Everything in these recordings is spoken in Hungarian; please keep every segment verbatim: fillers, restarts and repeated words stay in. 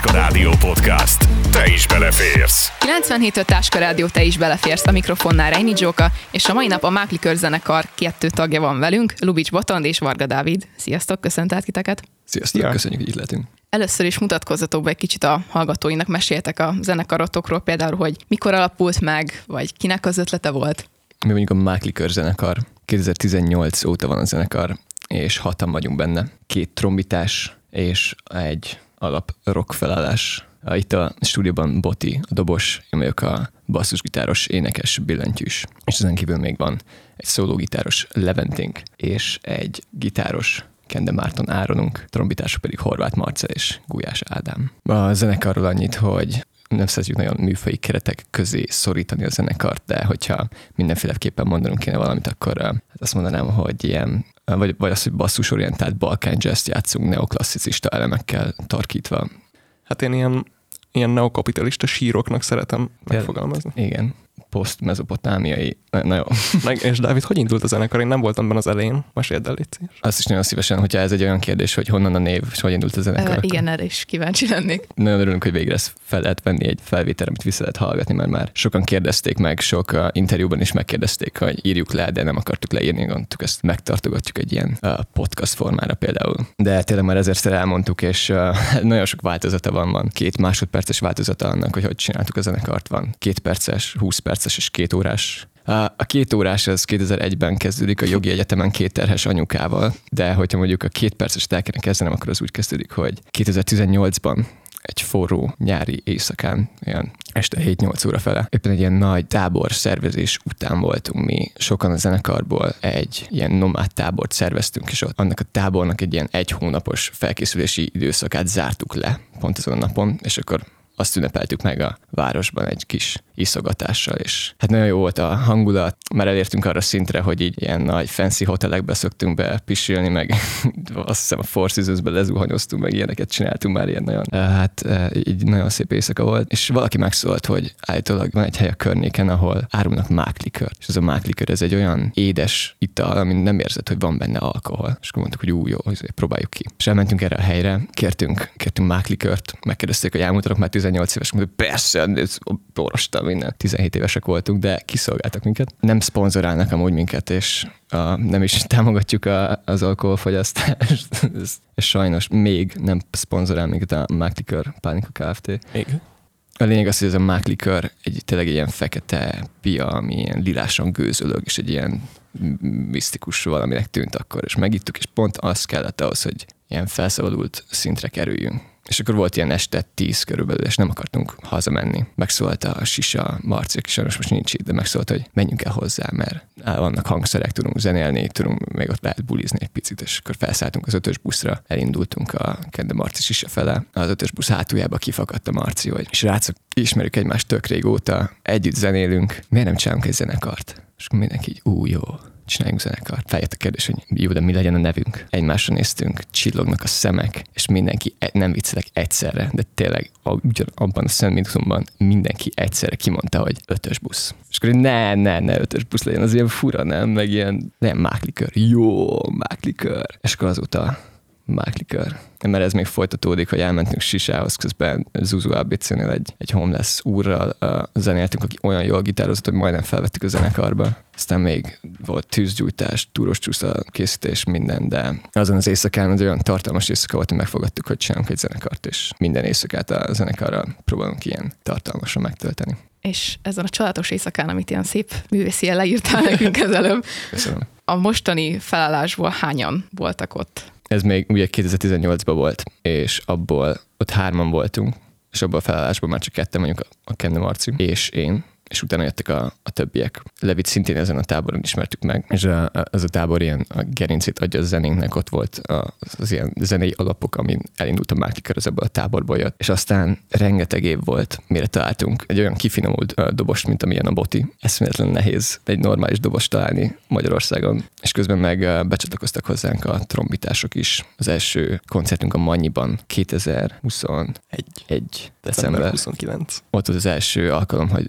Táska Rádió Podcast. Te is beleférsz. kilencvenhét öt Táska Rádió, te is beleférsz. A mikrofonnál Reini Zsóka, és a mai nap a Mákli Körzenekar kettő tagja van velünk, Lubics Botond és Varga Dávid. Sziasztok, köszöntelt titeket! Sziasztok, ja. Köszönjük, hogy itt lehetünk. Először is mutatkozzatok be egy kicsit a hallgatóinak, meséltek a zenekarotokról, például, hogy mikor alapult meg, vagy kinek az ötlete volt? Mi mondjuk a Mákli Körzenekar. kétezer-tizennyolc óta van a zenekar, és hatan vagyunk benne. Két trombitás és egy alap rock felállás. Itt a stúdióban Boti, a dobos, én vagyok a basszusgitáros, énekes, billentyűs. És ezen kívül még van egy szólógitáros Leventénk, és egy gitáros Kende Márton Áronunk, trombitások pedig Horváth Marcell és Gulyás Ádám. A zenekarról annyit, hogy nem szeretjük nagyon műfaji keretek közé szorítani a zenekart, de hogyha mindenféleképpen mondanunk kéne valamit, akkor hát azt mondanám, hogy ilyen, vagy, vagy az, hogy basszusorientált balkán jazz játszunk neoklasszicista elemekkel tarkítva. Hát én ilyen, ilyen neokapitalista síroknak szeretem megfogalmazni. Igen, poszt-mezopotámiai, na jó. Meg, és Dávid, hogy indult a zenekar? Én nem voltam benne az elején, meséld el, légy szíves. Azt is nagyon szívesen, hogyha ez egy olyan kérdés, hogy honnan a név, és hogy indult a zenekar. Uh, igen, erre is kíváncsi lennék. Nagyon örülünk, hogy végre ezt fel lehet venni egy felvétel, amit vissza lehet hallgatni, mert már sokan kérdezték meg, sok uh, interjúban is megkérdezték, hogy írjuk le, de nem akartuk leírni, gondoltuk, ezt megtartogatjuk egy ilyen uh, podcast formára például. De tényleg már ezerszer elmondtuk, és uh, nagyon sok változata van, van. Két másodperces változata annak, hogy hogy csináltuk a zenekart, van. Két perces, húsz perces és két órás. A két órás az kétezer-egyben kezdődik a jogi egyetemen két terhes anyukával, de hogyha mondjuk a két perces el kéne kezdenem, akkor az úgy kezdődik, hogy kétezer-tizennyolcban egy forró nyári éjszakán, ilyen este hét-nyolc óra fele, éppen egy ilyen nagy tábor szervezés után voltunk mi. Sokan a zenekarból egy ilyen nomád tábort szerveztünk, és ott annak a tábornak egy ilyen egy hónapos felkészülési időszakát zártuk le pont azon a napon, és akkor azt ünnepeltük meg a városban egy kis iszogatással, és hát nagyon jó volt a hangulat. Már elértünk arra szintre, hogy így ilyen nagy fancy hotelekbe szoktunk be pisilni, meg azt hiszem a Four Seasons-be lezuhanyoztunk, meg ilyeneket csináltunk már ilyen nagyon. Hát így nagyon szép éjszaka volt, és valaki megszólt, hogy állítólag van egy hely a környéken, ahol árulnak máklikör. És ez a máklikör, ez egy olyan édes ital, amin nem érzed, hogy van benne alkohol. És akkor mondtuk, hogy ú, jó, próbáljuk ki. És elmentünk erre a helyre, kértünk, kértünk máklikört, megkérdezték, hogy elmutatok már tizennyolc éves, mondtuk, persze, ez borostam minden. tizenhét évesek voltunk, de kiszolgáltak minket. Nem szponzorálnak amúgy minket, és a, nem is támogatjuk a, az alkoholfogyasztást. És sajnos még nem szponzorál minket a Máklikör Pálinka Kft. Még? A lényeg az, hogy ez a máklikör egy tényleg egy ilyen fekete pia, ami ilyen lilásan gőzölög, és egy ilyen misztikus valaminek tűnt akkor, és megittuk, és pont az kellett ahhoz, hogy ilyen felszabadult szintre kerüljünk. És akkor volt ilyen este tíz körülbelül, és nem akartunk hazamenni. Megszólt a Sisa Marci, aki sajnos most nincs itt, de megszólt, hogy menjünk el hozzá, mert vannak hangszerek, tudunk zenélni, tudunk még ott lehet bulizni egy picit, és akkor felszálltunk az ötös buszra, elindultunk a Kende Marci Sisa fele. Az ötös busz hátuljába kifakadt a Marci, hogy srácok, ismerjük egymást tök régóta, együtt zenélünk, miért nem csinálunk egy zenekart? És akkor mindenki így, ú, jó. Csináljunk zenekart. Feljött a kérdés, hogy jó, de mi legyen a nevünk. Egymásra néztünk, csillognak a szemek, és mindenki, nem viccelek, egyszerre, de tényleg ugyan abban a szemmintumban mindenki egyszerre kimondta, hogy ötös busz. És akkor ne, ne, ne ötös busz legyen, az ilyen fura, nem? Meg ilyen, nem, máklikör. Jó, máklikör. És akkor azóta máklikör. Mert ez még folytatódik, hogy elmentünk Sisához, közben Zuzu á bé cé-nél egy, egy homeless úrral uh, zenéltünk, aki olyan jól gitározott, hogy majdnem felvettük a zenekarba. Aztán még volt tűzgyújtás, túros csúsza készítés, minden, de azon az éjszakán az olyan tartalmas éjszaka volt, hogy megfogadtuk, hogy csinálunk egy zenekart, és minden éjszakát a zenekarral próbálunk ilyen tartalmasan megtölteni. És ezen a csodálatos éjszakán, amit ilyen szép művésziel leírtál nekünk ezelőbb, köszönöm. A mostani felállásból hányan voltak ott? Ez még ugye kétezer-tizennyolcban volt, és abból ott hárman voltunk, és abból a felállásból már csak ketten mondjuk a Kende Marci és én, és utána jöttek a, a többiek. Levit szintén ezen a táboron ismertük meg, és a, a, az a tábor ilyen a gerincét adja a zenénknek, ott volt a, az ilyen zenei alapok, amin elindult a Máklikör, az ebből a táborból jött. És aztán rengeteg év volt, mire találtunk egy olyan kifinomult uh, dobost, mint amilyen a Boti. Eszméletlen nehéz egy normális dobost találni Magyarországon. És közben meg uh, becsatlakoztak hozzánk a trombitások is. Az első koncertünk a Mannyiban kétezer-huszonegy december huszonkilenc. Ott volt az első alkalom, hogy trombitás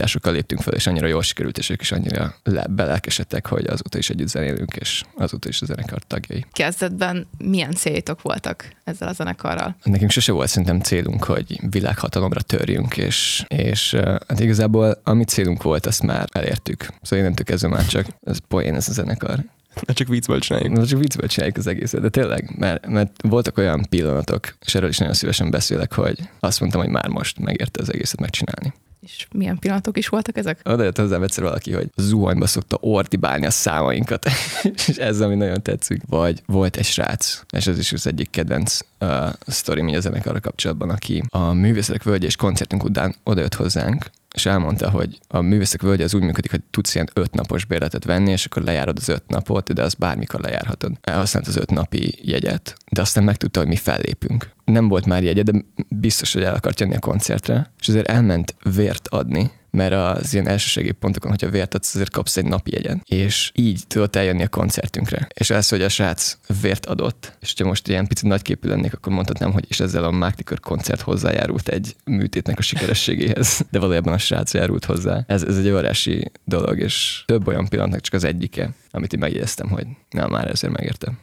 meghallgatásokkal léptünk fel, és annyira jól sikerült, és ők is annyira le- belelkesedtek, hogy azóta is együtt zenélünk, és azóta is a zenekar tagjai. Kezdetben milyen céljaitok voltak ezzel a zenekarral? Nekünk sose volt szerintem célunk, hogy világhatalomra törjünk, és, és hát igazából amit célunk volt, azt már elértük. Szóval innentől kezdve már csak ez poén ez a zenekar. Ne csak viccből csináljuk. Na, csak viccből csináljuk az egészet, de tényleg, mert, mert voltak olyan pillanatok, és erről is nagyon szívesen beszélek, hogy azt mondtam, hogy már most megérte az egészet megcsinálni. És milyen pillanatok is voltak ezek? Oda jött hozzám egyszer valaki, hogy zuhanyba szokta ordibálni a számainkat, és ez, ami nagyon tetszik. Vagy volt egy srác, és ez is az egyik kedvenc uh, sztorim így a zenekarra kapcsolatban, aki a Művészek Völgye és koncertünk után oda jött hozzánk, és elmondta, hogy a Művészek Völgye az úgy működik, hogy tudsz ilyen öt napos bérletet venni, és akkor lejárod az öt napot, de azt bármikor lejárhatod. Elhasznált az öt napi jegyet, de aztán megtudta, hogy mi fellépünk. Nem volt már jegye, de biztos, hogy el akart jönni a koncertre, és azért elment vért adni, mert az ilyen elsőségi pontokon, hogyha vért adsz, azért kapsz egy napi jegyen. És így tudott eljönni a koncertünkre. És ez, hogy a srác vért adott, és ha most ilyen picit nagyképű lennék, akkor mondhatnám, hogy és ezzel a Máklikör koncert hozzájárult egy műtétnek a sikerességéhez, de valójában a srác járult hozzá. Ez, ez egy óriási dolog, és több olyan pillanatnak csak az egyike, amit én megjegyeztem, hogy nem, már ezért megértem.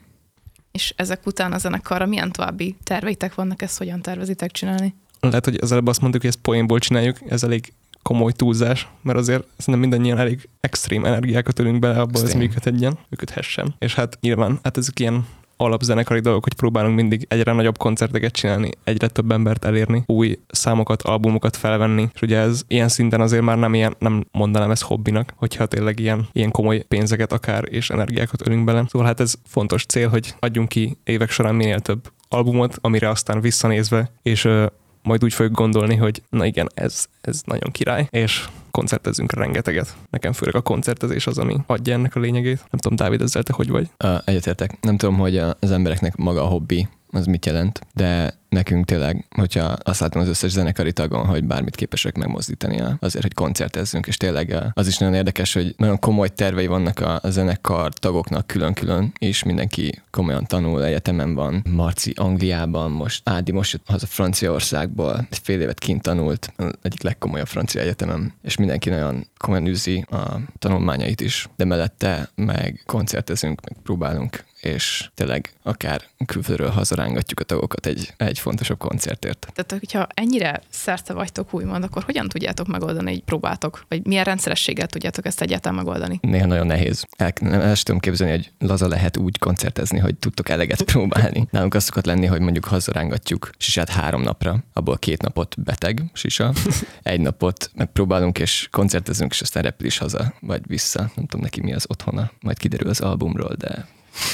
És ezek után a zenekarra milyen további terveitek vannak, ezt hogyan tervezitek csinálni? Lehet, hogy az előbb azt mondtuk, hogy ezt poénból csináljuk, ez elég komoly túlzás, mert azért szerintem mindannyian elég extrém energiákat ölünk bele abba, hogy ez működhessen, működhessen. És hát nyilván, hát ezek ilyen alapzenekari dolgok, hogy próbálunk mindig egyre nagyobb koncerteket csinálni, egyre több embert elérni, új számokat, albumokat felvenni, és ugye ez ilyen szinten azért már nem ilyen, nem mondanám ezt hobbinak, hogyha tényleg ilyen, ilyen komoly pénzeket akár és energiákat ölünk bele. Szóval hát ez fontos cél, hogy adjunk ki évek során minél több albumot, amire aztán visszanézve, és ö, majd úgy fogjuk gondolni, hogy na igen, ez, ez nagyon király, és koncertezzünk rengeteget. Nekem főleg a koncertezés az, ami adja ennek a lényegét. Nem tudom, Dávid, ezzel te hogy vagy? Uh, egyetértek. Nem tudom, hogy az embereknek maga a hobbi, az mit jelent, de nekünk tényleg, hogyha azt látom az összes zenekari tagon, hogy bármit képesek megmozdítani azért, hogy koncertezzünk, és tényleg az is nagyon érdekes, hogy nagyon komoly tervei vannak a zenekar tagoknak külön-külön, és mindenki komolyan tanul, egyetemen van, Marci Angliában, most Ádi most jött haza Franciaországból, egy fél évet kint tanult, egyik legkomolyabb francia egyetemen, és mindenki nagyon komolyan űzi a tanulmányait is, de mellette meg koncertezünk, meg próbálunk, és tényleg akár külföldről hazarángatjuk a tagokat egy, egy fontosabb koncertért. Tehát, hogyha ennyire szerte vagytok úgymond, akkor hogyan tudjátok megoldani, hogy próbáltok? Vagy milyen rendszerességgel tudjátok ezt egyáltalán megoldani? Néha nagyon nehéz. El, nem, el tudom képzelni, hogy laza lehet úgy koncertezni, hogy tudtok eleget próbálni. Nálunk az szokott lenni, hogy mondjuk hazarángatjuk sisát három napra, abból két napot beteg sisa, egy napot megpróbálunk és koncertezünk, és aztán repül is haza, vagy vissza. Nem tudom neki mi az otthona. Majd kiderül az albumról, de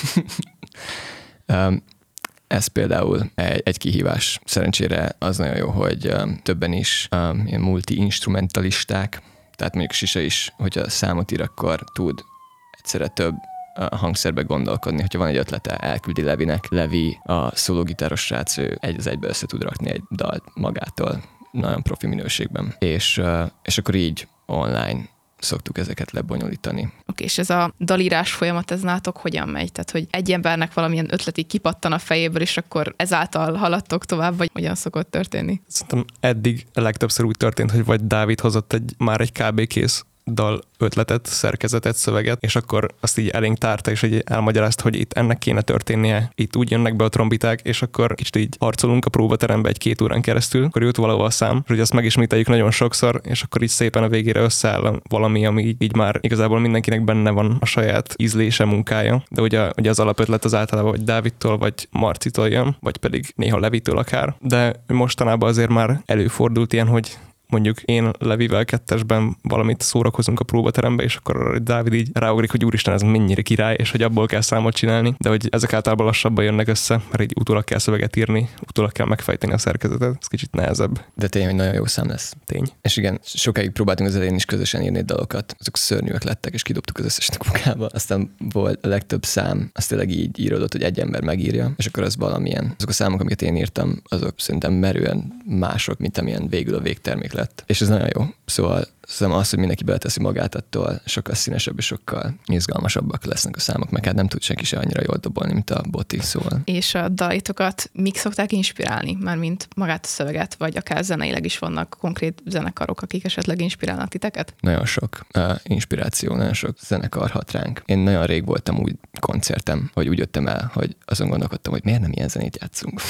um, ez például egy, egy kihívás. Szerencsére az nagyon jó, hogy um, többen is um, ilyen multi-instrumentalisták, tehát mondjuk Sisa is, hogyha számot ír, akkor tud egyszerre több uh, hangszerbe gondolkodni. Hogyha van egy ötlete, elküldi Levinek. Levi, a szólógitáros srác, ő egy az egybe össze tud rakni egy dalt magától, nagyon profi minőségben. És, uh, és akkor így online szoktuk ezeket lebonyolítani. Oké, okay, és ez a dalírás folyamat, ez nátok hogyan megy? Tehát, hogy egy embernek valamilyen ötleti kipattan a fejéből, és akkor ezáltal haladtok tovább, vagy hogyan szokott történni? Szerintem eddig a legtöbbször úgy történt, hogy vagy Dávid hozott egy, már egy kb. Kész dal ötletet, szerkezetet, szöveget, és akkor azt így elénk tárta, és így elmagyarázta, hogy itt ennek kéne történnie, itt úgy jönnek be a trombiták, és akkor kicsit így harcolunk a próbaterembe egy-két órán keresztül, akkor jött valahol a szám, hogy azt megismételjük nagyon sokszor, és akkor így szépen a végére összeáll valami, ami így, így már igazából mindenkinek benne van a saját ízlése, munkája, de ugye, ugye az alapötlet az általában vagy Dávidtól, vagy Marcitól jön, vagy pedig néha Levitől akár, de mostanában azért már előfordult ilyen, hogy mondjuk én Levivel kettesben valamit szórakozunk a próbaterembe, és akkor Dávid így ráugrik, hogy úristen, ez mennyire király, és hogy abból kell számot csinálni, de hogy ezek általában lassabban jönnek össze, mert így utólag kell szöveget írni, utólag kell megfejteni a szerkezetet, ez kicsit nehezebb. De tény, hogy nagyon jó szám lesz. Tény. És igen, sokáig próbáltunk az elején is közösen írni dalokat, azok szörnyűek lettek, és kidobtuk az összeset a kukába. Aztán volt a legtöbb szám, az tényleg így íródott, hogy egy ember megírja, és akkor az valamilyen. Azok a számok, amiket én írtam, azok szerintem merően mások, mint amilyen végül a végtermék lett. És ez nagyon jó. Szóval szerintem az, hogy mindenki beleteszi magát, attól sokkal színesebb és sokkal izgalmasabbak lesznek a számok, meg hát nem tud senki se annyira jól dobolni, mint a boti, szóval. És a dalitokat mik szokták inspirálni? Mármint magát a szöveget, vagy akár zeneileg is vannak konkrét zenekarok, akik esetleg inspirálnak titeket? Nagyon sok uh, inspiráció, nagyon sok zenekar hat ránk. Én nagyon rég voltam úgy koncertem, hogy úgy jöttem el, hogy azon gondolkodtam, hogy miért nem ilyen zenét játszunk.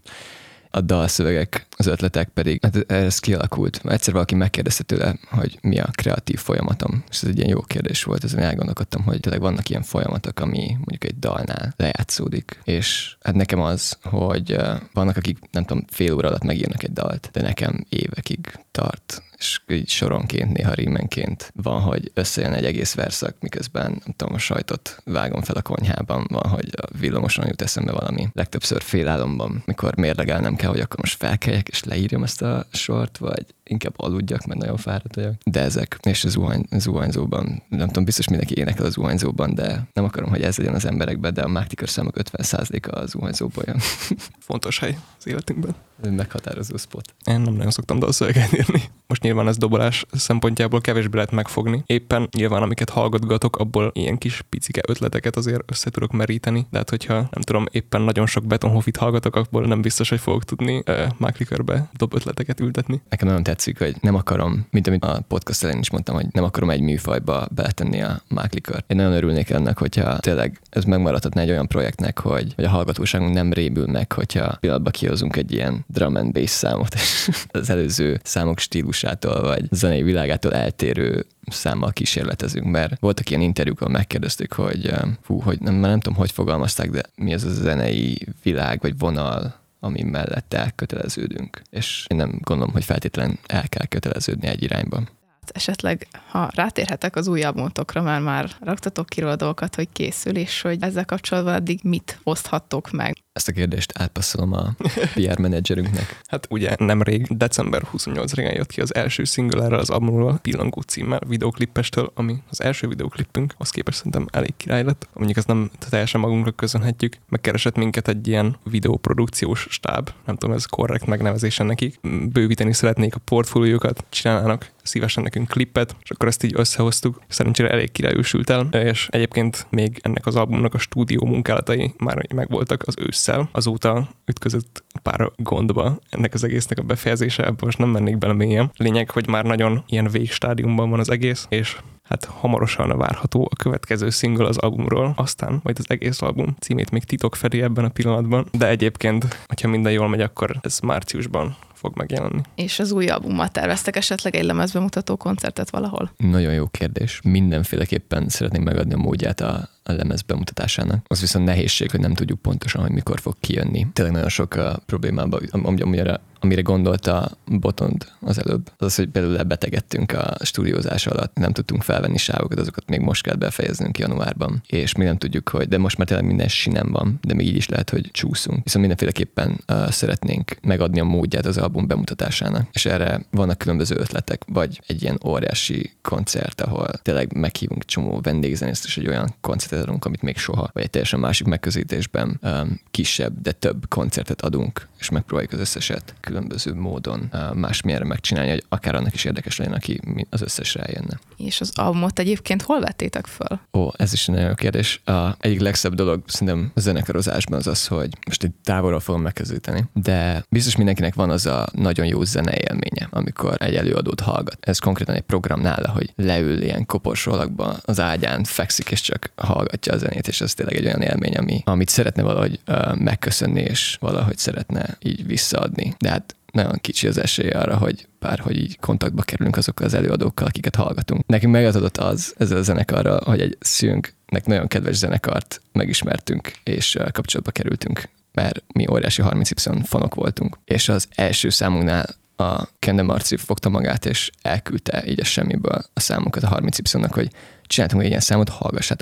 A dalszövegek, az ötletek pedig, hát ez kialakult. Egyszer valaki megkérdezte tőle, hogy mi a kreatív folyamatom, és ez egy ilyen jó kérdés volt, ezen elgondolkodtam, hogy tényleg vannak ilyen folyamatok, ami mondjuk egy dalnál lejátszódik, és hát nekem az, hogy vannak, akik nem tudom, fél óra alatt megírnak egy dalt, de nekem évekig tart, és így soronként, néha rímenként van, hogy összejön egy egész verszak, miközben nem tudom, a sajtot vágom fel a konyhában, van, hogy a villamoson jut eszembe valami. Legtöbbször félálomban, mikor mérlegelnem kell, hogy akkor most felkeljek és leírjam ezt a sort, vagy inkább aludjak, mert nagyon fáradt vagyok. De ezek, és a zuhany, zuhanyzóban, nem tudom, biztos mindenki énekel a zuhanyzóban, de nem akarom, hogy ez legyen az emberekben, de a Máklikör számok ötven százaléka a zuhanyzóból jön. Fontos hely az életünkben. Meghatározó spot. Én nem nagyon szoktam dalszöveget írni. Most nyilván ez dobolás szempontjából kevésbé lehet megfogni. Éppen nyilván amiket hallgatgatok, abból ilyen kis picike ötleteket azért össze tudok meríteni. De hát hogyha nem tudom, éppen nagyon sok Betonhofit hallgatok, abból nem biztos, hogy fogok tudni uh, Máklikörbe dob ötleteket ültetni. Nekem nagyon tetszik, hogy nem akarom, mint amit a podcast elején is mondtam, hogy nem akarom egy műfajba beletenni a Máklikört. Én nagyon örülnék ennek, hogyha tényleg ez megmaradhatna egy olyan projektnek, hogy, hogy a hallgatóságunk nem rébül meg, hogyha pillanatban kihozunk egy ilyen drum and bass számot, és az előző számok stílusától, vagy zenei világától eltérő számmal kísérletezünk, mert voltak ilyen interjúk, ahol megkérdeztük, hogy fú, hogy nem, nem tudom, hogy fogalmazták, de mi az a zenei világ, vagy vonal, ami mellett elköteleződünk. És én nem gondolom, hogy feltétlenül el kell köteleződni egy irányba. Esetleg, ha rátérhetek az új albumotokra, mert már raktatok ki róla dolgokat, hogy készül, és hogy ezzel kapcsolatban eddig mit oszthattok meg? Ezt a kérdést átpasszolom a pé er menedzserünknek. Hát ugye nemrég, december huszonnyolcadikán jött ki az első single erre az albumról, Pillangó címmel, videoklippestől, ami az első videoklippünk, az képest szerintem elég király lett. Mondjuk ezt nem teljesen magunkra köszönhetjük. Megkeresett minket egy ilyen videóprodukciós stáb, nem tudom, ez korrekt megnevezésen nekik. Bővíteni szeretnék a portfóliókat, csinálnának szívesen nekünk klippet, és akkor ezt így összehoztuk. Szerencsére elég királyul sült el, és egyébként még ennek az albumnak a stúdió munkálatai már megvoltak az ősszel. Azóta ütközött pár gondba ennek az egésznek a befejezése, ebből most nem mennék bele mélyen. Lényeg, hogy már nagyon ilyen végstádiumban van az egész, és hát hamarosan várható a következő single az albumról, aztán majd az egész album címét még titok fedi ebben a pillanatban, de egyébként, hogyha minden jól megy, akkor ez márciusban fog megjelenni. És az új albummal terveztek esetleg egy lemezbemutató koncertet valahol? Nagyon jó kérdés. Mindenféleképpen szeretnénk megadni a módját a, a lemez bemutatásának. Az viszont nehézség, hogy nem tudjuk pontosan, hogy mikor fog kijönni. Tényleg nagyon sok a problémában, am- amire, amire gondolta Botond az előbb. Az az, hogy belőle betegedtünk a stúdiózás alatt. Nem tudtunk felvenni sávokat, azokat még most kell befejeznünk januárban. És mi nem tudjuk, hogy, de most már tényleg minden sinem van, de még így is lehet, hogy csúszunk. Viszont mindenféleképpen uh, szeretnénk megadni a módját az album bemutatásának. És erre vannak különböző ötletek, vagy egy ilyen óriási koncert, ahol tényleg meghívunk csomó vendégzenészt, és egy olyan koncertet adunk, amit még soha, vagy egy teljesen másik megközelítésben um, kisebb, de több koncertet adunk, és megpróbáljuk az összeset különböző módon uh, másmilyenre megcsinálni, hogy akár annak is érdekes legyen, aki az összesre eljönne. És az albumot egyébként hol vettétek föl? Ó, ez is egy nagyon jó kérdés. A egyik legszebb dolog szerintem a zenekarozásban az az, hogy most egy távolról fogom megközelíteni, de biztos mindenkinek van az a nagyon jó zenei élménye, amikor egy előadót hallgat. Ez konkrétan egy program nála, hogy leül ilyen koporsó alakban az ágyán, fekszik és csak hallgatja a zenét, és ez tényleg egy olyan élmény, ami, amit szeretne valahogy uh, megköszönni, és valahogy szeretne így visszaadni. De hát nagyon kicsi az esély arra, hogy bárhogy így kontaktba kerülünk azokkal az előadókkal, akiket hallgatunk. Nekünk megadott az ezzel a zenekarral, hogy egy szívünknek nagyon kedves zenekart megismertünk, és uh, kapcsolatba kerültünk, mert mi óriási harminc Y fanok voltunk. És az első számunknál a Kende Marci fogta magát, és elküldte így a semmiből a számokat a harminc Y-nak, hogy csináltunk egy ilyen számot, hallgassátok meg.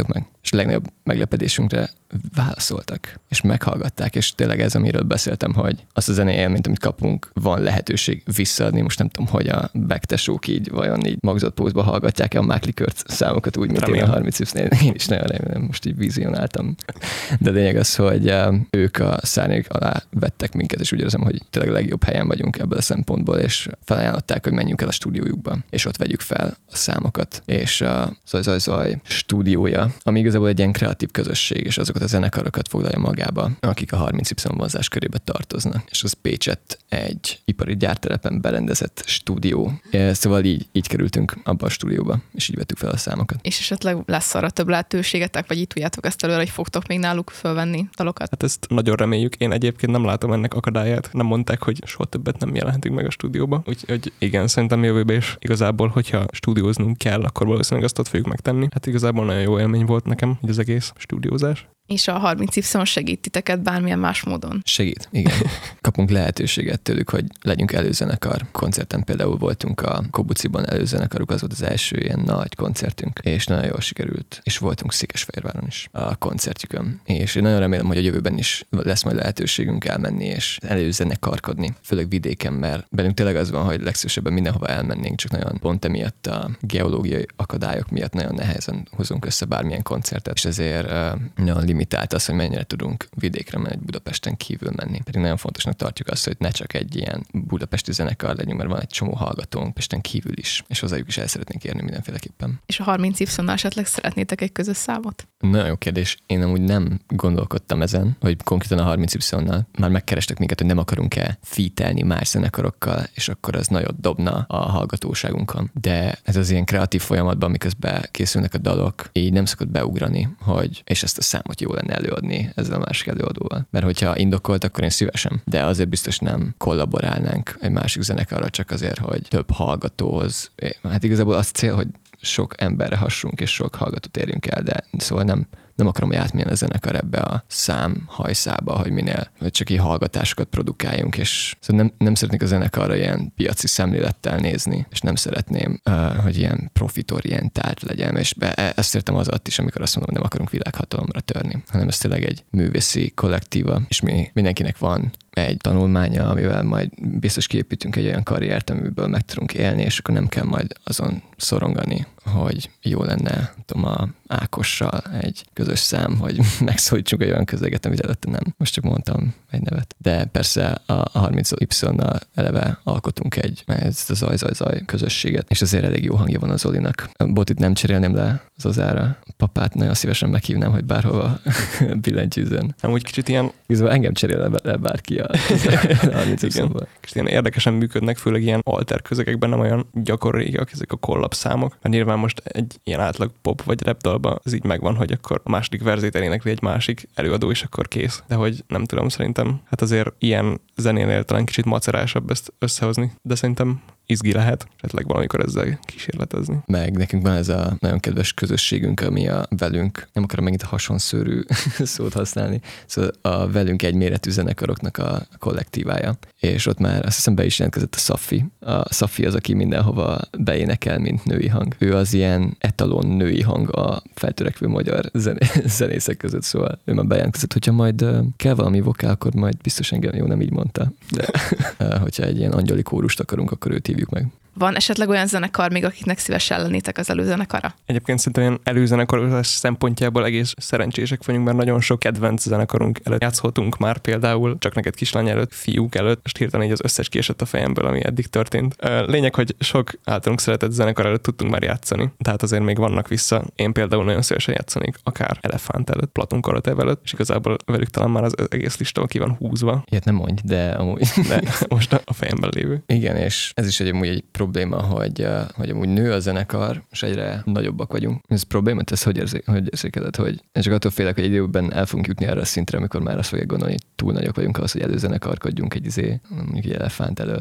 és a legnagyobb meglepedésünkre válaszoltak, és meghallgatták, és tényleg ez, amiről beszéltem, hogy azt a zenei élményt, amit kapunk, van lehetőség visszaadni. Most nem tudom, hogy a bektesók így vajon így magzott pózba hallgatják-e a Mákli Kört számokat úgy, mint remélem. Én a harminc évnél. Én is nagyon remélem, most így vizionáltam. De lényeg az, hogy ők a szárnyék alá vettek minket, és úgy érzem, hogy tényleg a legjobb helyen vagyunk ebből a szempontból, és felajánlották, hogy menjünk el a stúdiójukba, és ott vegyük fel a számokat. És a Zaj Zaj Zaj stúdiója, ami igazából egy ilyen kreatív közösség, és azokat a zenekarokat foglalja magába, akik a harminc Y vonzás körébe tartoznak. És az Pécsett egy ipari gyártelepen berendezett stúdió. Szóval így, így kerültünk abba a stúdióba, és így vettük fel a számokat. És esetleg lesz arra több lehetőségetek, vagy itt tudjátok ezt előre, hogy fogtok még náluk fölvenni dalokat? Hát ezt nagyon reméljük. Én egyébként nem látom ennek akadályát. Nem mondták, hogy soha többet nem jelentünk meg a stúdióba. Úgyhogy igen, szerintem jövőben is igazából, hogyha stúdióznunk kell, akkor valószínűleg azt ott fogjuk megtenni. Hát igazából nagyon jó élmény volt nekem, így az egész stúdiózás. És a harminc Y segít titeket bármilyen más módon? Segít, igen. Kapunk lehetőséget tőlük, hogy legyünk előzenekar. Koncerten például voltunk a Kobuciban előzenekaruk, az volt az első ilyen nagy koncertünk, és nagyon jól sikerült. És voltunk Székesfehérváron is a koncertjükön. És én nagyon remélem, hogy a jövőben is lesz majd lehetőségünk elmenni és előzenekarkodni, főleg vidéken, mert bennünk tényleg az van, hogy legszívesebben mindenhova elmennénk, csak nagyon pont emiatt a geológiai akadályok miatt nagyon nehezen hozunk össze bármilyen koncertet, és ezért uh, nagyon limitált az, hogy mennyire tudunk vidékre menni, Budapesten kívül menni. Pedig nagyon fontosnak tartjuk azt, hogy ne csak egy ilyen budapesti zenekar legyünk, mert van egy csomó hallgatónk Pesten kívül is, és hozzájuk is el szeretnénk érni mindenféleképpen. És a harminc Y-nál esetleg szeretnétek egy közös számot? Nagyon jó kérdés. Én amúgy nem gondolkodtam ezen, hogy konkrétan a harminc Y-nál már megkerestek minket, hogy nem akarunk-e featelni más zenekarokkal, és akkor az nagyot dobna a hallgatóságunkon. De ez az ilyen kreatív folyamatban, miközben készülnek a dalok, így nem szokott beugrani, hogy és ezt a számot jó lenne előadni ezzel a másik előadóval. Mert hogyha indokolt, akkor én szívesen. De azért biztos nem kollaborálnánk egy másik zenekarra csak azért, hogy több hallgatóhoz. Hát igazából az cél, hogy sok emberre hassunk, és sok hallgatót érjünk el, de szóval nem, nem akarom, hogy átmilyen a zenekar ebbe a szám hajszába, hogy minél, hogy csak így hallgatásokat produkáljunk, és szóval nem, nem szeretnék a zenekarra ilyen piaci szemlélettel nézni, és nem szeretném, uh, hogy ilyen profitorientált legyen, és be, ezt értem az alatt is, amikor azt mondom, hogy nem akarunk világhatalomra törni, hanem ez tényleg egy művészi kollektíva, és mi mindenkinek van egy tanulmánya, amivel majd biztos kiépítünk egy olyan karriert, amiből meg tudunk élni, és akkor nem kell majd azon szorongani, hogy jó lenne, tudom, a Ákossal egy közös szám, hogy megszólítsunk egy olyan közeget, amit előtte nem. Most csak mondtam egy nevet. De persze a harminc Y-nal eleve alkotunk egy, ezt a zaj-zaj-zaj közösséget, és azért elég jó hangja van az Zolinak. A Botit nem cserélném le az Ozára. A papát nagyon szívesen meghívnám, hogy bárhova billentyűzön. Amúgy kicsit ilyen... Igazából engem cserél le bárki a harminc Y-ból. Kicsit ilyen érdekesen működnek, főleg ilyen alter közegekben, nem olyan gyakoriak ezek a kollab számok. Mert nyilván most egy ilyen átlag pop vagy rap dalban az így megvan, hogy akkor a második verzét elénekli egy másik előadó, és akkor kész. De hogy nem tudom, szerintem hát azért ilyen zenénél talán kicsit macerásabb ezt összehozni, de szerintem izgi lehet, esetleg valamikor ezzel kísérletezni. Meg nekünk van ez a nagyon kedves közösségünk, ami a velünk, nem akarom megint a hasonszőrű szót használni, szóval a velünk egy méretű zenekaroknak a kollektívája, és ott már azt hiszem be is jelentkezett a Szaffi. A Szaffi az, aki mindenhova beénekel, mint női hang. Ő az ilyen etalon női hang a feltörekvő magyar zené- zenészek között, szóval ő már bejelentkezett, hogyha majd uh, kell valami vokál, akkor majd biztos engem, jó, nem így mondta, de uh, hogyha egy ilyen angyali kórust akarunk, akkor őt hívjuk meg. Van esetleg olyan zenekar még, akiknek szívesen lennétek az előzenekara? Egyébként szerintem ilyen előzenekarozás szempontjából egész szerencsések vagyunk, mert nagyon sok kedvenc zenekarunk előtt játszhatunk már, például csak neked kislány előtt, fiúk előtt, most hirtelen így az összes kiesett a fejemből, ami eddig történt. Lényeg, hogy sok általunk szeretett zenekar előtt tudtunk már játszani, tehát azért még vannak vissza. Én például nagyon szívesen játszanék akár Elefánt előtt, Platon Karatev előtt, és igazából velük talán már az egész lista ki van húzva. Ilyet nem mondj, de amúgy. De most a fejemben lévő. Igen, és ez is egy, amúgy egy probléma, hogy, hogy amúgy nő a zenekar, és egyre nagyobbak vagyunk. Ez probléma, ez hogy, érzé, hogy érzékeled, hogy én csak attól félek, hogy egy időben el fogunk jutni erre a szintre, amikor már azt fogják gondolni, hogy túl nagyok vagyunk ahhoz, hogy előzenekarkodjunk egy izé, mondjuk egy Elefánt előtt.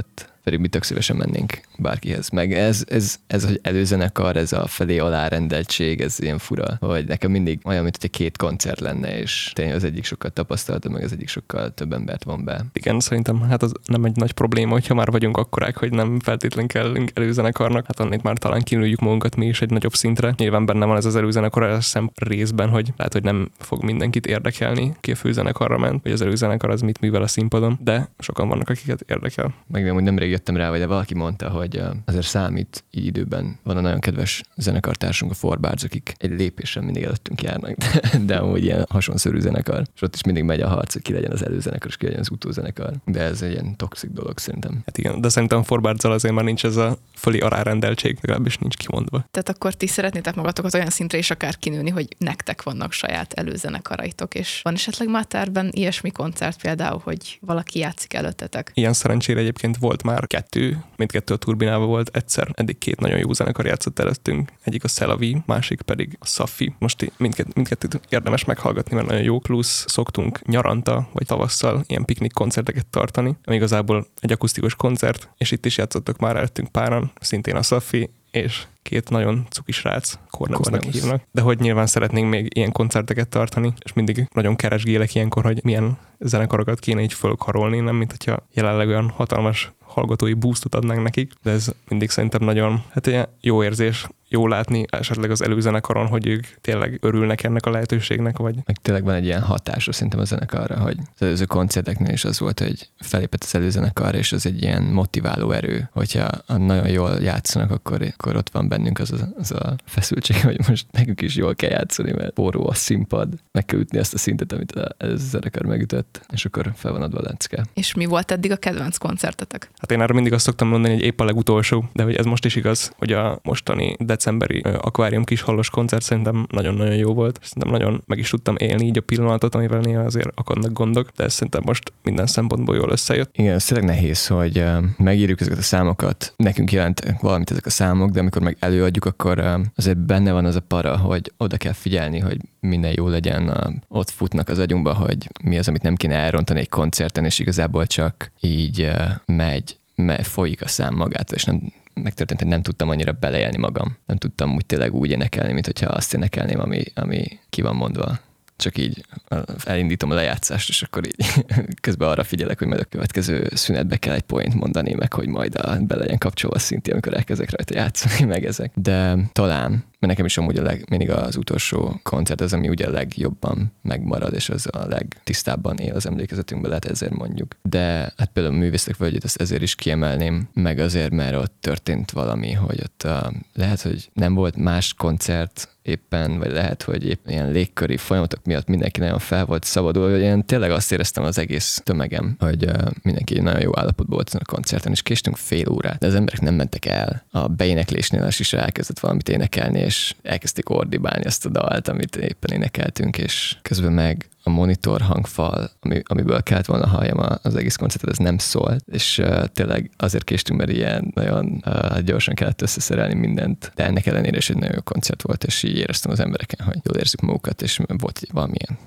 pedig mi tök szívesen mennénk bárkihez. Meg ez, ez, ez hogy előzenekar, ez a felé alárendeltség, ez ilyen fura, hogy nekem mindig olyan, mint hogy két koncert lenne, és tényleg az egyik sokkal tapasztaltabb, meg az egyik sokkal több embert van be. Igen, szerintem hát az nem egy nagy probléma, hogyha már vagyunk akkorák, hogy nem feltétlenül kellünk előzenekarnak, hát annét már talán kinőjük magunkat mi is egy nagyobb szintre. Nyilván benne van ez az előzenekar, ez szem részben, hogy lehet, hogy nem fog mindenkit érdekelni, ki a főzenekarra ment, hogy az előzenekar az mit művel a színpadon, de sokan vannak, akiket érdekel. Meg nem, hogy nemrég jöttem rá, vagy valaki mondta, hogy azért számít így időben. Van a nagyon kedves zenekartársunk, a Four Bards, akik egy lépéssel mindig előttünk járnak, de, de amúgy ilyen hasonszörű zenekar. És ott is mindig megy a harc, hogy ki legyen az előzenekar, és ki legyen az utózenekar. De ez egy ilyen toxic dolog szerintem. Hát igen, de szerintem a Four Bards-zal azért már nincs ez a fölé alárendeltség, legalábbis nincs kimondva. Tehát akkor ti szeretnétek magatokat olyan szintre is akár kinőni, hogy nektek vannak saját előzenekaraitok, és van esetleg már tervben ilyesmi koncert például, hogy valaki játszik előttetek? Ilyen szerencsére egyébként volt már kettő, mindkettő a Turbinában volt, egyszer eddig két nagyon jó zenekar játszott előttünk, egyik a Szelavi, másik pedig a Safi. Most mindkett, mindkettőt érdemes meghallgatni, mert nagyon jó, plusz szoktunk nyaranta vagy tavasszal ilyen piknik koncerteket tartani, ami igazából egy akusztikus koncert, és itt is játszottak már előttünk páran, szintén a Safi, és két nagyon cuki srác, Corneliusnak hívnak, de hogy nyilván szeretnénk még ilyen koncerteket tartani, és mindig nagyon keresgélek ilyenkor, hogy milyen zenekarokat kéne így fölkarolni, nem mint hogyha jelenleg olyan hatalmas hallgatói boostot adnánk nekik, de ez mindig szerintem nagyon, hát ilyen jó érzés, jó látni esetleg az előzenekaron, hogy ők tényleg örülnek ennek a lehetőségnek, vagy... Meg tényleg van egy ilyen hatása szerintem a zenekarra, hogy az előző koncerteknél is az volt, hogy felépett az előzenekar, és az egy ilyen motiváló erő, hogyha nagyon jól játszanak, akkor, akkor ott van bennünk az a, az a feszültség, hogy most nekünk is jól kell játszani, mert forró a színpad, meg kell ütni azt a szintet, amit az előző zenekar megütött, és akkor fel van adva a lecke. És mi volt eddig a kedvenc koncertetek? Hát én arra mindig azt szoktam mondani, hogy épp a legutolsó, de hogy ez most is igaz, hogy a mostani decemberi akvárium kis hallos koncert szerintem nagyon-nagyon jó volt. Szerintem nagyon meg is tudtam élni így a pillanatot, amivel néha azért akadnak gondok, de ez szerintem most minden szempontból jól összejött. Igen, ez tényleg nehéz, hogy megírjuk ezeket a számokat. Nekünk jelent valamit ezek a számok, de amikor meg előadjuk, akkor azért benne van az a para, hogy oda kell figyelni, hogy minden jó legyen. Ott futnak az agyunkba, hogy mi az, amit nem kéne elrontani egy koncerten, és igazából csak így megy, megy folyik a szám magától, és nem megtörtént, hogy nem tudtam annyira beleélni magam. Nem tudtam úgy tényleg úgy énekelni, mint hogyha azt énekelném, ami, ami ki van mondva. Csak így elindítom a lejátszást, és akkor így közben arra figyelek, hogy majd a következő szünetbe kell egy point mondani, meg hogy majd a, be legyen kapcsolva szinti, amikor elkezdek rajta játszani, meg ezek. De talán, mert nekem is amúgy a leg, mindig az utolsó koncert az, ami ugye a legjobban megmarad, és az a legtisztábban él az emlékezetünkben, lehet ezért mondjuk. De hát például a Művészek Völgyét ezt ezért is kiemelném, meg azért, mert ott történt valami, hogy ott a, lehet, hogy nem volt más koncert éppen, vagy lehet, hogy éppen ilyen légköri folyamatok miatt mindenki nagyon fel volt szabadul, hogy én tényleg azt éreztem az egész tömegem, hogy uh, mindenki nagyon jó állapotban volt a koncerten, és késtünk fél órát, de az emberek nem mentek el. A beéneklésnél is elkezdett valamit énekelni, és elkezdték ordibálni azt a dalt, amit éppen énekeltünk, és közben meg a monitor hangfal, ami, amiből kellett volna halljam az egész koncertet, ez nem szólt, és uh, tényleg azért késtünk, mert ilyen nagyon uh, gyorsan kellett összeszerelni mindent, de ennek ellenére is egy nagyon jó koncert volt, és így éreztem az embereken, hogy jól érzik magukat, és volt valamilyen,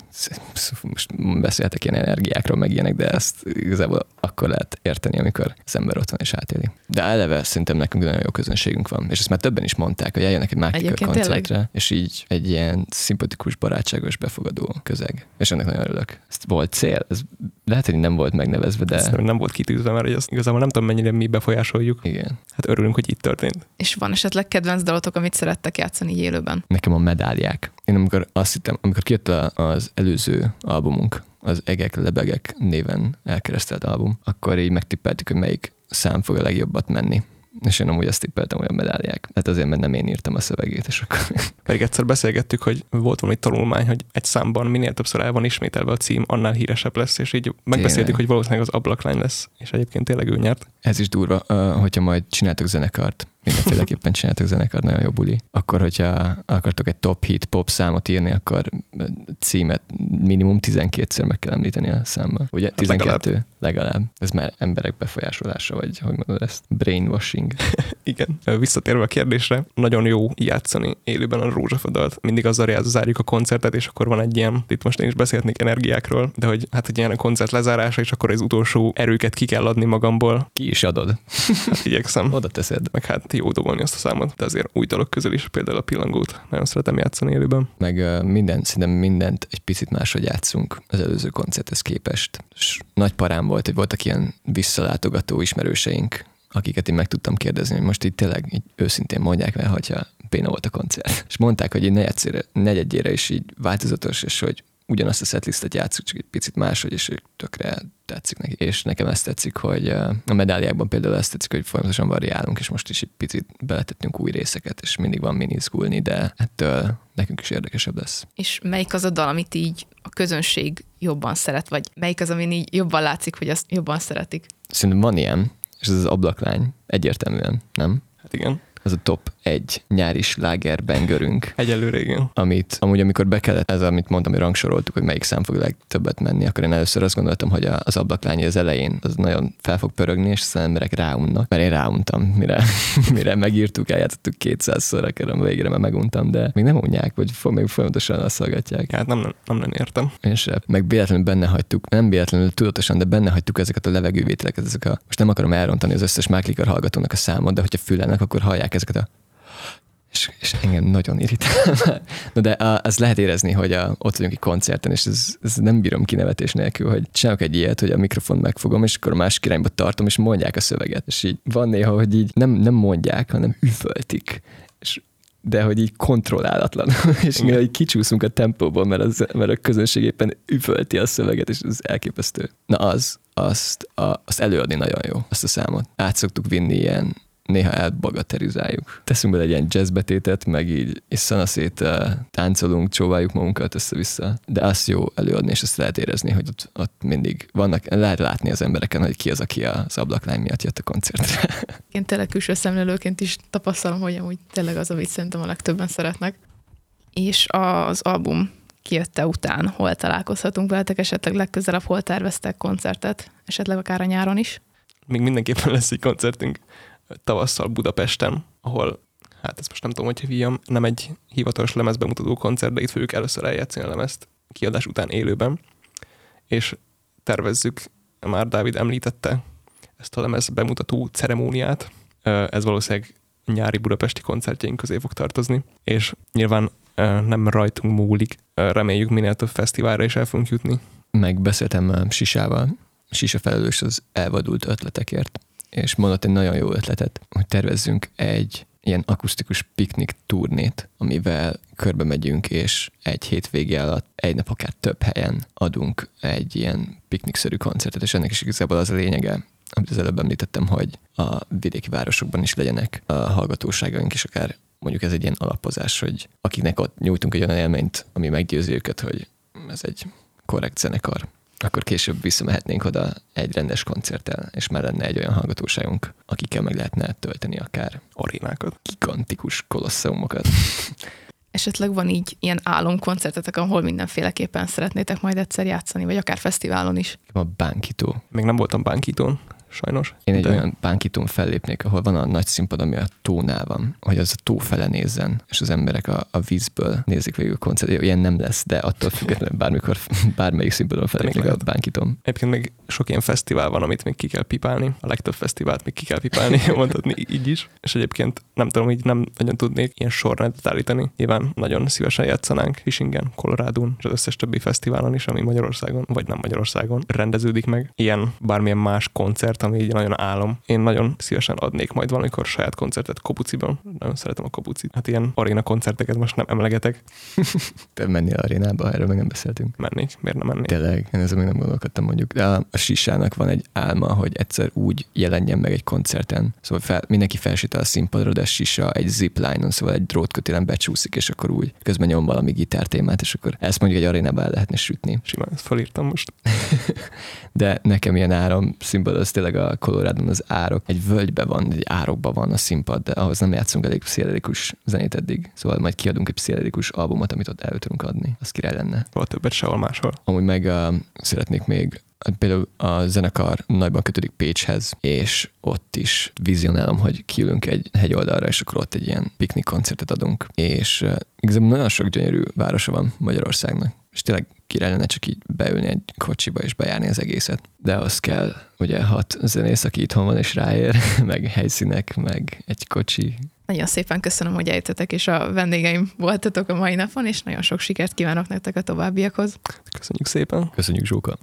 most beszéltek ilyen energiákról, meg ilyenek, de ezt igazából akkor lehet érteni, amikor az ember ott van és átéli. De eleve szerintem nekünk nagyon jó közönségünk van, és ezt már többen is mondták, hogy eljönnek egy Mákli koncertre, tényleg? És így egy ilyen szimpatikus, barátságos, befogadó közeg. És ennek nagyon örülök. Ez volt cél? Ez lehet, hogy nem volt megnevezve, de... Ez nem volt kitűzve, mert ezt igazából nem tudom, mennyire mi befolyásoljuk. Igen. Hát örülünk, hogy itt történt. És van esetleg kedvenc dalotok, amit szerettek játszani élőben? Nekem a Medáliák. Én amikor azt hittem, amikor kijött az előző albumunk, az Egek, Lebegek néven elkeresztelt album, akkor így megtippeltük, hogy melyik szám fog a legjobbat menni. És én amúgy azt tippeltem, hogy a Medáliák. Hát azért, mert nem én írtam a szövegét, és akkor... Pedig egyszer beszélgettük, hogy volt valami tanulmány, hogy egy számban minél többször el van ismételve a cím, annál híresebb lesz, és így megbeszéltük, tényleg, hogy valószínűleg az Ablaklány lesz, és egyébként tényleg ő nyert. Ez is durva, hogyha majd csináltok zenekart, mindenféleképpen csináltok zenekar, nagyon jó buli. Akkor, hogyha akartok egy top hit pop számot írni, akkor címet minimum tizenkétszer meg kell említeni a számban. Ugye? tizenkettő legalább. legalább. Ez már emberek befolyásolása, vagy hogy mondod ezt? Brainwashing. Igen. Visszatérve a kérdésre, nagyon jó játszani élőben a Rózsafadalt. Mindig azzal zárjuk a koncertet, és akkor van egy ilyen, itt most én is beszélhetnék energiákról, de hogy hát egy ilyen koncert lezárása, és akkor az utolsó erőket ki kell adni magamból. Ki is adod. Hát igyekszem. Oda teszed. Meg hát jó dobolni azt a számot, de azért új dalok közül is, például a Pillangót nagyon szeretem játszani élőben. Meg uh, minden, szerintem mindent egy picit máshogy játszunk az előző koncerthez képest. És nagy parám volt, hogy voltak ilyen visszalátogató ismerőseink, akiket én meg tudtam kérdezni, hogy most itt tényleg így őszintén mondják el, hogyha béna volt a koncert. És mondták, hogy így negyedszére, negyedjére is így változatos, és hogy ugyanazt a setlistet játszunk, csak egy picit máshogy, és tökre tetszik neki. És nekem ezt tetszik, hogy a medáliákban például ezt tetszik, hogy folyamatosan variálunk, és most is egy picit beletettünk új részeket, és mindig van min izgulni, de ettől nekünk is érdekesebb lesz. És melyik az a dal, amit így a közönség jobban szeret, vagy melyik az, amin így jobban látszik, hogy azt jobban szeretik? Szerintem van ilyen, és ez az Ablaklány, egyértelműen, nem? Hát igen. Az a top egy nyári sláger bangörünk. Egyelőre igen. Amit amúgy, amikor be kellett, ez amit mondtam, hogy rangsoroltuk, hogy melyik szám fog a legtöbbet menni, akkor én először azt gondoltam, hogy az Ablaklány az elején az nagyon fel fog pörögni, és aztán emberek ráunnak. Mert én ráuntam, mire, mire megírtuk, eljátszottuk kétszázszor, akkor a végére már meguntam, de még nem unják, vagy még folyamatosan azt hallgatják. Hát nem, nem, nem értem. Én sem. Meg véletlenül benne hagytuk, nem véletlenül tudatosan, de benne hagytuk ezeket a levegővételeket, ezek a, most nem akarom elrontani az összes Máklikar hallgatónak a számot, de hogyha fülelnek, akkor hallják ezeket a És, és engem nagyon irritál. No de a, az lehet érezni, hogy a, ott vagyunk egy koncerten, és ez, ez nem bírom kinevetés nélkül, hogy csinálok egy ilyet, hogy a mikrofont megfogom, és akkor a másik irányba tartom, és mondják a szöveget. És így van néha, hogy így nem, nem mondják, hanem üvöltik. És de hogy így kontrollálatlan. És mi így kicsúszunk a tempóból, mert, az, mert a közönség éppen üvölti a szöveget, és ez elképesztő. Na az, azt, a, azt előadni nagyon jó, azt a számot. Át szoktuk vinni ilyen, néha elbagatelizáljuk. Teszünk bele egy ilyen jazzbetétet, meg így szanaszét uh, táncolunk, csóváljuk magunkat össze-vissza. De azt jó előadni, és azt lehet érezni, hogy ott, ott mindig vannak, lehet látni az embereken, hogy ki az, aki az Ablaklány miatt jött a koncertre. Én tényleg külső szemlélőként is tapasztalom, hogy amúgy tényleg az, amit szerintem a legtöbben szeretnek. És az album kijötte után hol találkozhatunk veletek, esetleg legközelebb hol terveztek koncertet, esetleg akár a nyáron is? Még mindenképpen lesz egy koncertünk tavasszal Budapesten, ahol, hát ezt most nem tudom, hogy hívjam, nem egy hivatalos lemezbemutató koncert, de itt fogjuk először eljátszani a lemezt kiadás után élőben, és tervezzük, már Dávid említette ezt a lemez bemutató ceremóniát, ez valószínűleg nyári budapesti koncertjeink közé fog tartozni, és nyilván nem rajtunk múlik, reméljük minél több fesztiválra is el fogunk jutni. Megbeszéltem Sisával, Sisa felelős az elvadult ötletekért, és mondott egy nagyon jó ötletet, hogy tervezzünk egy ilyen akusztikus piknik turnét, amivel körbe megyünk, és egy hétvége alatt egy nap akár több helyen adunk egy ilyen piknikszerű koncertet, és ennek is igazából az a lényege, amit az előbb említettem, hogy a vidéki városokban is legyenek a hallgatóságaink, és akár mondjuk ez egy ilyen alapozás, hogy akiknek ott nyújtunk egy olyan élményt, ami meggyőzi őket, hogy ez egy korrekt zenekar, akkor később visszamehetnénk oda egy rendes koncerttel, és már lenne egy olyan hallgatóságunk, akikkel meg lehetne tölteni akár arénákat, gigantikus kolosszeumokat. Esetleg van így ilyen álomkoncertetek, ahol mindenféleképpen szeretnétek majd egyszer játszani, vagy akár fesztiválon is? A Bánkító. Még nem voltam Bánkítón, sajnos. Én egy de... olyan Bánkítón fellépnék, ahol van a nagy színpad, ami a tónál van, hogy az a tó fele nézzen, és az emberek a, a vízből nézik végül a koncertet. Ilyen nem lesz, de attól függetlenül bármikor, bármelyik színpadon fellépnék a Bánkítón. Egyébként még sok ilyen fesztivál van, amit még ki kell pipálni. A legtöbb fesztivált még ki kell pipálni, mondhatni így is. És egyébként nem tudom, hogy nem nagyon tudnék ilyen sorrendet állítani. Nyilván nagyon szívesen játszanánk Fishingen, Colorado-n, és az összes többi fesztiválon is, ami Magyarországon, vagy nem Magyarországon rendeződik meg. Ilyen bármilyen más koncert, ami így nagyon álom. Én nagyon szívesen adnék majd valamikor saját koncertet Kobuciban. Nagyon szeretem a Kobucit. Hát ilyen aréna koncerteket most nem emlegetek. Te mennél arénába, erről meg nem beszéltünk. Mennék, miért nem mennék? Tényleg, én ezzel még nem gondolkodtam mondjuk. De a Sisának van egy álma, hogy egyszer úgy jelenjen meg egy koncerten. Szóval fel, mindenki felsétál a színpadra, de a Sisa egy zipline-on, szóval egy drótkötélen becsúszik, és akkor úgy közben nyom valami gitártémát, és akkor ezt mondjuk egy arénába el lehetne sütni. Simán, ezt felírtam most. De nekem ilyen áram színpad, az tényleg a Colorado-n az árok. Egy völgyben van, egy árokban van a színpad, de ahhoz nem játszunk elég pszichedelikus zenét eddig. Szóval majd kiadunk egy pszichedelikus albumot, amit ott el tudunk adni. Az király lenne. Hol többet sehol máshol. Amúgy meg uh, szeretnék még, például a zenekar nagyban kötődik Pécshez, és ott is vizionálom, hogy kiülünk egy hegyoldalra, és akkor ott egy ilyen piknik koncertet adunk. És uh, igazából nagyon sok gyönyörű városa van Magyarországnak, és tényleg király lenne csak így beülni egy kocsiba és bejárni az egészet. De az kell, ugye hat zenész, aki itthon van és ráér, meg helyszínek, meg egy kocsi. Nagyon szépen köszönöm, hogy eljöttetek, és a vendégeim voltatok a mai napon, és nagyon sok sikert kívánok nektek a továbbiakhoz. Köszönjük szépen. Köszönjük, Zsóka.